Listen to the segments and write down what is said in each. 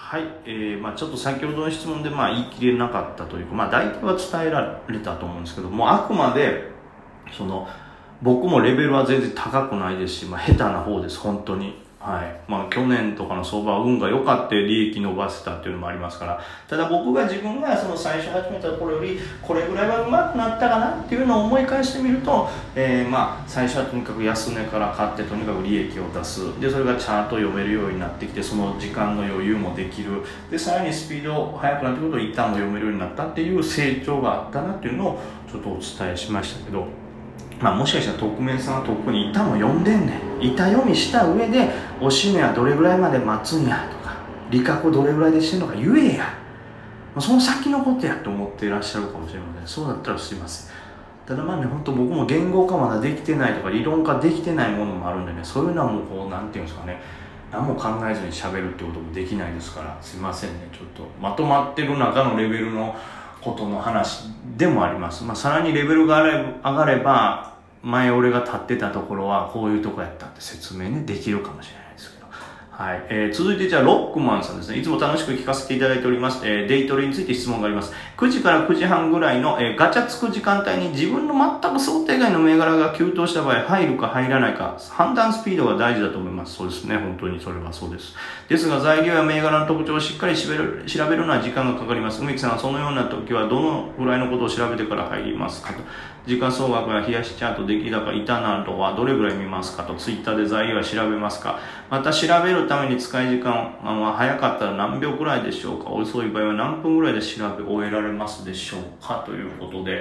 はい、ちょっと先ほどの質問で言い切れなかったというか、大体は伝えられたと思うんですけども、あくまで僕もレベルは全然高くないですし、下手な方です本当に。はい。去年とかの相場は運が良かって利益伸ばせたっていうのもありますから、ただ僕が自分が最初始めた頃よりこれぐらいは上手くなったかなっていうのを思い返してみると、最初はとにかく安値から買ってとにかく利益を出す。で、それがチャート読めるようになってきて、その時間の余裕もできる。で、さらにスピード速くなってくると一旦も読めるようになったっていう成長があったなっていうのをちょっとお伝えしましたけど、もしかしたら匿名さんはとっくに板も読んでんねん。板読みした上で、おしめはどれぐらいまで待つんやとか、利確どれぐらいでしてんのか言えや。その先のことやと思っていらっしゃるかもしれません。そうだったらすいません。ただ本当僕も言語化まだできてないとか、理論化できてないものもあるんでね、そういうのはもうなんていうんですかね、何も考えずに喋るってこともできないですから、すいませんね。ちょっとまとまってる中のレベルのことの話でもあります。さらにレベルが上がれば、前俺が立ってたところはこういうとこやったって説明ね、できるかもしれないですけど。はい。続いてじゃあ、ロックマンさんですね。いつも楽しく聞かせていただいております。デイトレについて質問があります。9時から9時半ぐらいの、ガチャつく時間帯に自分の全く想定外の銘柄が急騰した場合、入るか入らないか、判断スピードが大事だと思います。そうですね。本当にそれはそうです。ですが、材料や銘柄の特徴をしっかり調べるのは時間がかかります。梅木さんはそのような時はどのぐらいのことを調べてから入りますかと。時価総額や冷やしチャート、出来高、板などはどれぐらい見ますかと。ツイッターで材料は調べますか。また調べるために使い時間、早かったら何秒くらいでしょうか。遅い場合は何分ぐらいで調べ終えられますでしょうかということで。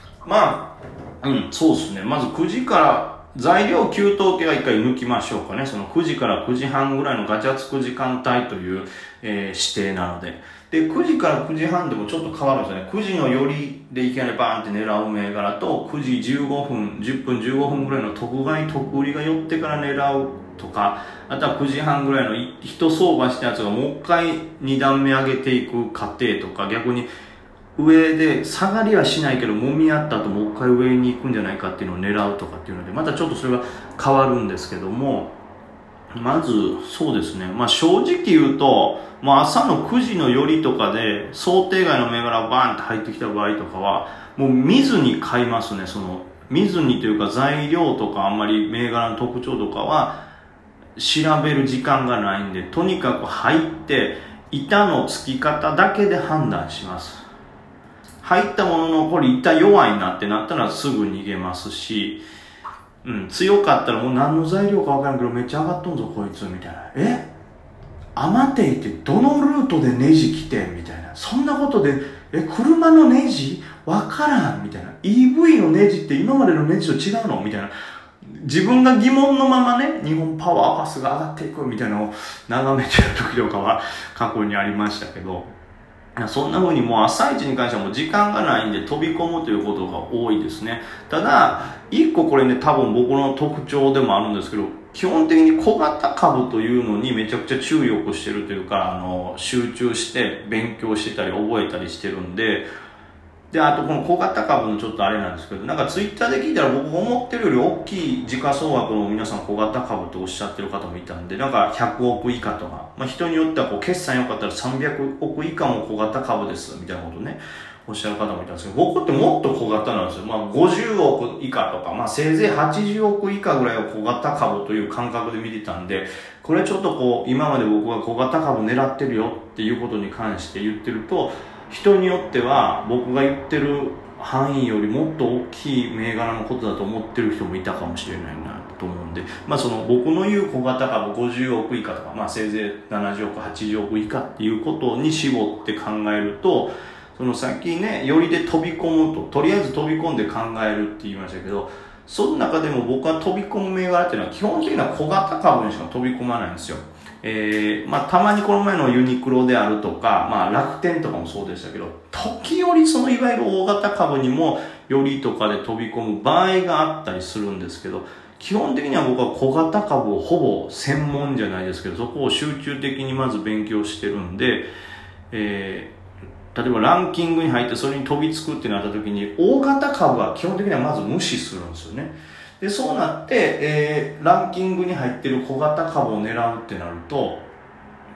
そうですね。まず9時から材料給湯系は一回抜きましょうかね。その9時から9時半ぐらいのガチャつく時間帯という、指定なので。で、9時から9時半でもちょっと変わるんですよね。9時の寄りでいきなりバーンって狙う銘柄と、9時15分、10分15分ぐらいの特買い特売りが寄ってから狙うとか、あとは9時半ぐらいの一相場したやつがもう一回2段目上げていく過程とか、逆に上で下がりはしないけど揉み合った後もう一回上に行くんじゃないかっていうのを狙うとかっていうので、またちょっとそれが変わるんですけども、まずそうですね、正直言うと、朝の9時の寄りとかで想定外の銘柄がバーンって入ってきた場合とかはもう見ずに買いますね。見ずにというか、材料とかあんまり銘柄の特徴とかは調べる時間がないんで、とにかく入って板のつき方だけで判断します。入ったもののこれ板弱いなってなったらすぐ逃げますし、強かったらもう何の材料か分からんけどめっちゃ上がっとんぞこいつみたいな。アマテイってどのルートでネジ来てんみたいな。そんなことで車のネジ分からんみたいな。 EV のネジって今までのネジと違うのみたいな。自分が疑問のままね、日本パワーパスが上がっていくみたいなのを眺めてる時とかは過去にありましたけど、そんな風にもう朝一に関してはもう時間がないんで飛び込むということが多いですね。ただ、一個これね、多分僕の特徴でもあるんですけど、基本的に小型株というのにめちゃくちゃ注力してるというか、集中して勉強してたり覚えたりしてるんで、あとこの小型株のちょっとあれなんですけど、ツイッターで聞いたら僕思ってるより大きい時価総額の皆さん小型株とおっしゃってる方もいたんで、100億以下とか、人によっては決算良かったら300億以下も小型株ですみたいなことね、おっしゃる方もいたんですけど、僕ってもっと小型なんですよ。50億以下とか、せいぜい80億以下ぐらいを小型株という感覚で見てたんで、これちょっと今まで僕が小型株狙ってるよっていうことに関して言ってると、人によっては僕が言ってる範囲よりもっと大きい銘柄のことだと思ってる人もいたかもしれないなと思うんで、僕の言う小型株50億以下とか、せいぜい70億80億以下っていうことに絞って考えると、さっきね、よりで飛び込むとりあえず飛び込んで考えるって言いましたけど、その中でも僕は飛び込む銘柄っていうのは基本的には小型株にしか飛び込まないんですよ。たまにこの前のユニクロであるとか、楽天とかもそうでしたけど、時折いわゆる大型株にもよりとかで飛び込む場合があったりするんですけど、基本的には僕は小型株をほぼ専門じゃないですけど、そこを集中的にまず勉強してるんで、例えばランキングに入ってそれに飛びつくってなった時に、大型株は基本的にはまず無視するんですよね。で、そうなって、ランキングに入ってる小型株を狙うってなると、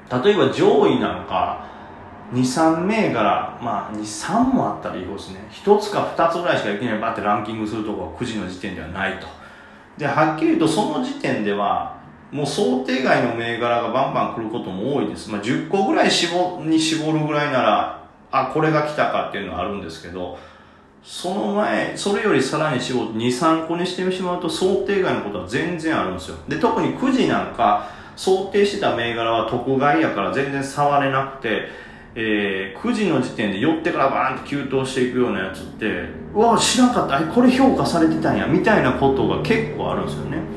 例えば上位なんか2、3銘柄、まあ2、3もあったらいいですね。1つか2つぐらいしかいけないバってランキングするところは9時の時点ではないと。で、はっきり言うとその時点ではもう想定外の銘柄がバンバン来ることも多いです。まあ10個ぐらいに絞るぐらいなら、あ、これが来たかっていうのはあるんですけど、その前、それよりさらに絞って2、3個にしてしまうと想定外のことは全然あるんですよ。で、特に9時なんか想定してた銘柄は特買いやから全然触れなくて、9時の時点で寄ってからバーンと急騰していくようなやつって、うわ、知らんかった、これ評価されてたんやみたいなことが結構あるんですよね。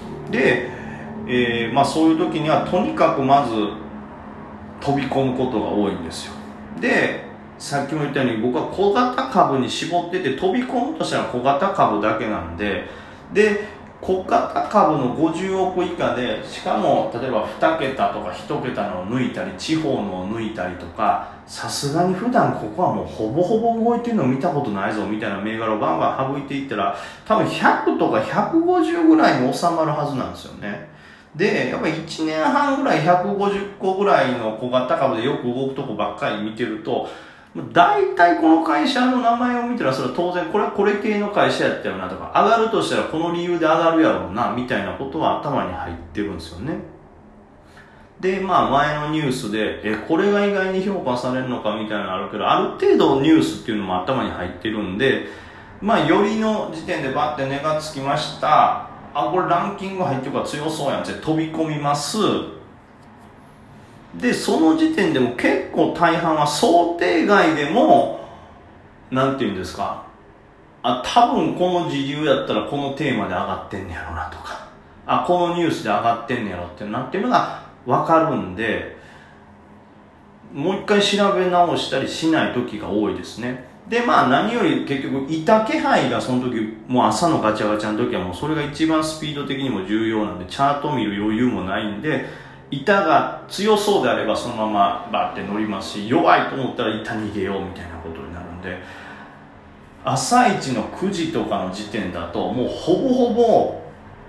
で、まあそういう時にはとにかくまず飛び込むことが多いんですよ。で、さっきも言ったように僕は小型株に絞ってて、飛び込むとしたら小型株だけなんで、小型株の50億以下で、しかも例えば2桁とか1桁のを抜いたり地方のを抜いたりとか、さすがに普段ここはもうほぼほぼ動いてるの見たことないぞみたいな銘柄をバンバン省いていったら、多分100とか150ぐらいに収まるはずなんですよね。で、やっぱり1年半ぐらい150個ぐらいの小型株でよく動くとこばっかり見てると、大体この会社の名前を見たら、それは当然これ系の会社やったよなとか、上がるとしたらこの理由で上がるやろうなみたいなことは頭に入ってるんですよね。で、まあ前のニュースでこれが意外に評価されるのかみたいなのあるけど、ある程度ニュースっていうのも頭に入ってるんで、まあよりの時点でバッて値がつきました、あ、これランキング入ってるから強そうやんって飛び込みます。で、その時点でも結構大半は想定外でも、なんていうんですか、あ、多分この時流やったらこのテーマで上がってんねやろなとか、あ、このニュースで上がってんねやろってなっていうのが分かるんで、もう一回調べ直したりしない時が多いですね。で、まあ何より結局いた気配がその時、もう朝のガチャガチャの時はもうそれが一番スピード的にも重要なんで、チャート見る余裕もないんで、板が強そうであればそのままバーって乗りますし、弱いと思ったら板逃げようみたいなことになるんで、朝一の9時とかの時点だともうほぼほぼ、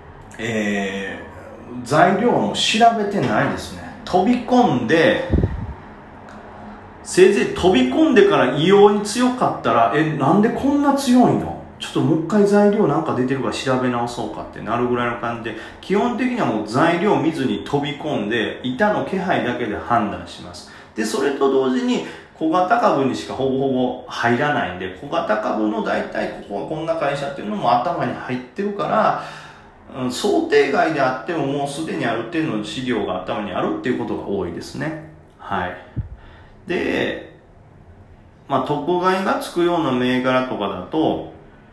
材料はもう調べてないですね。飛び込んで、せいぜい飛び込んでから異様に強かったら、なんでこんな強いの、ちょっともう一回材料なんか出てるから調べ直そうかってなるぐらいの感じで、基本的にはもう材料見ずに飛び込んで板の気配だけで判断します。で、それと同時に小型株にしかほぼほぼ入らないんで、小型株の大体ここはこんな会社っていうのも頭に入ってるから、想定外であってももうすでにある程度の資料が頭にあるっていうことが多いですね。はい。で、まあ特買いがつくような銘柄とかだと、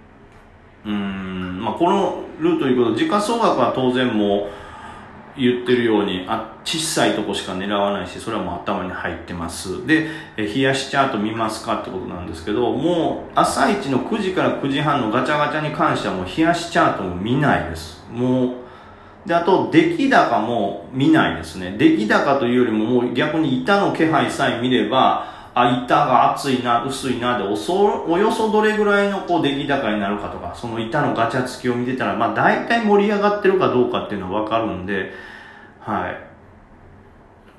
まあこのルートいうこと、時価総額は当然もう言ってるように小さいとこしか狙わないし、それはもう頭に入ってます。で、冷やしチャート見ますかってことなんですけど、もう朝一の9時から9時半のガチャガチャに関してはもう冷やしチャートも見ないです。もうで、あと出来高も見ないですね。出来高というよりももう逆に板の気配さえ見れば、板が厚いな薄いなでおよそどれぐらいの出来高になるかとか、その板のガチャ付きを見てたら、まあ大体盛り上がってるかどうかっていうのは分かるんで、はい、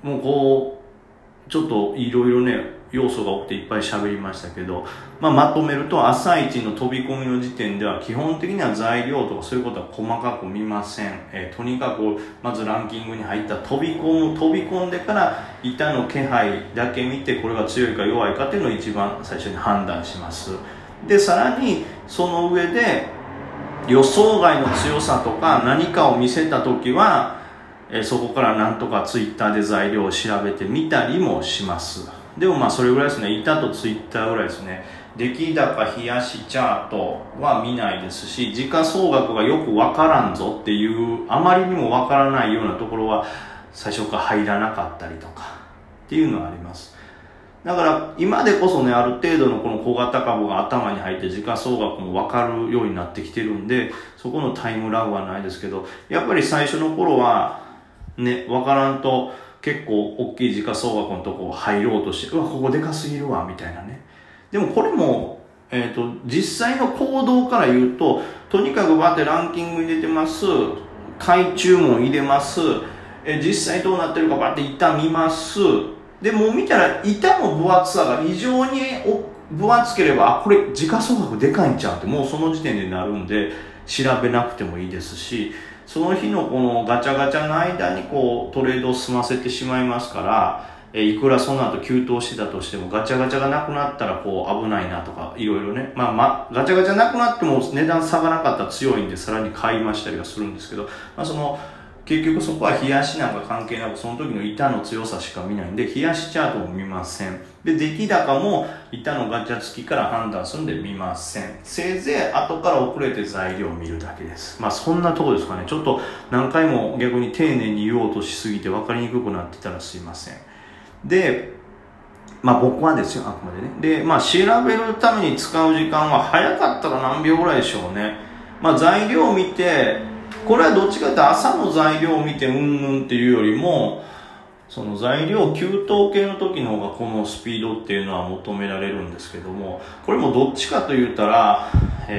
もうちょっといろいろね要素が多くていっぱい喋りましたけど、まとめると朝一の飛び込みの時点では基本的には材料とかそういうことは細かく見ません。とにかくまずランキングに入った飛び込んでから板の気配だけ見て、これが強いか弱いかっていうのを一番最初に判断します。で、さらにその上で予想外の強さとか何かを見せた時はそこからなんとかツイッターで材料を調べてみたりもします。でもそれぐらいですね。板とツイッターぐらいですね。出来高冷やしチャートは見ないですし、時価総額がよくわからんぞっていうあまりにもわからないようなところは最初から入らなかったりとかっていうのはあります。だから今でこそね、ある程度のこの小型株が頭に入って時価総額も分かるようになってきてるんで、そこのタイムラグはないですけど、やっぱり最初の頃はね、分からんと結構大きい時価総額のとこ入ろうとして、うわここでかすぎるわみたいなね。でもこれも実際の行動から言うと、とにかくバーってランキングに出てます、買い注文入れます、 実際どうなってるかバッて一旦見ます。で、もう見たら板の分厚さが異常に分厚ければ、これ時価総額でかいんちゃうってもうその時点でなるんで、調べなくてもいいですし、その日のこのガチャガチャの間にこうトレードを済ませてしまいますから、いくらその後急騰してたとしてもガチャガチャがなくなったらこう危ないなとかいろいろね、ガチャガチャなくなっても値段下がらなかったら強いんでさらに買いましたりはするんですけど、結局そこは冷やしなんか関係なくその時の板の強さしか見ないんで、冷やしチャートも見ません。で、出来高も板のガチャ付きから判断するんで見ません。せいぜい後から遅れて材料を見るだけです。そんなとこですかね。ちょっと何回も逆に丁寧に言おうとしすぎて分かりにくくなってたらすいません。で、僕はですよ、あくまでね。で、調べるために使う時間は早かったら何秒ぐらいでしょうね。材料を見て、これはどっちかというと朝の材料を見てうんぬんっていうよりも、その材料急騰系の時の方がこのスピードっていうのは求められるんですけども、これもどっちかと言ったら、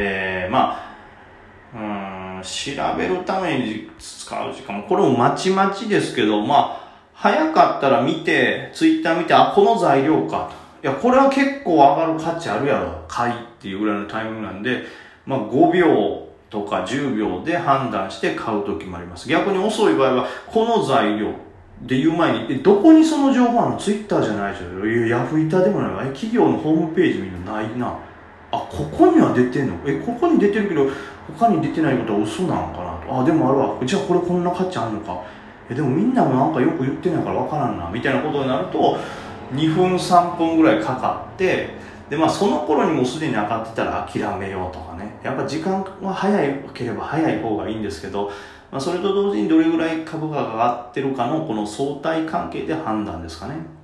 調べるために使う時間も、これもまちまちですけど、早かったら見て、ツイッター見て、この材料かと。いや、これは結構上がる価値あるやろ、買いっていうぐらいのタイミングなんで、5秒とか10秒で判断して買う時もあります。逆に遅い場合は、この材料で言う前に、どこにその情報あるの？ツイッターじゃないでしょ。ヤフイタでもないわ。企業のホームページ見るのないな。ここには出てんの？ここに出てるけど、他に出てないことは嘘なのかなと。でもあるわ。じゃあこれこんな価値あるのか。でもみんなもなんかよく言ってないから分からんなみたいなことになると2分3分ぐらいかかって、でその頃にもうすでに上がってたら諦めようとかね。やっぱ時間は早ければ早い方がいいんですけど、それと同時にどれぐらい株価が上がってるかのこの相対関係で判断ですかね。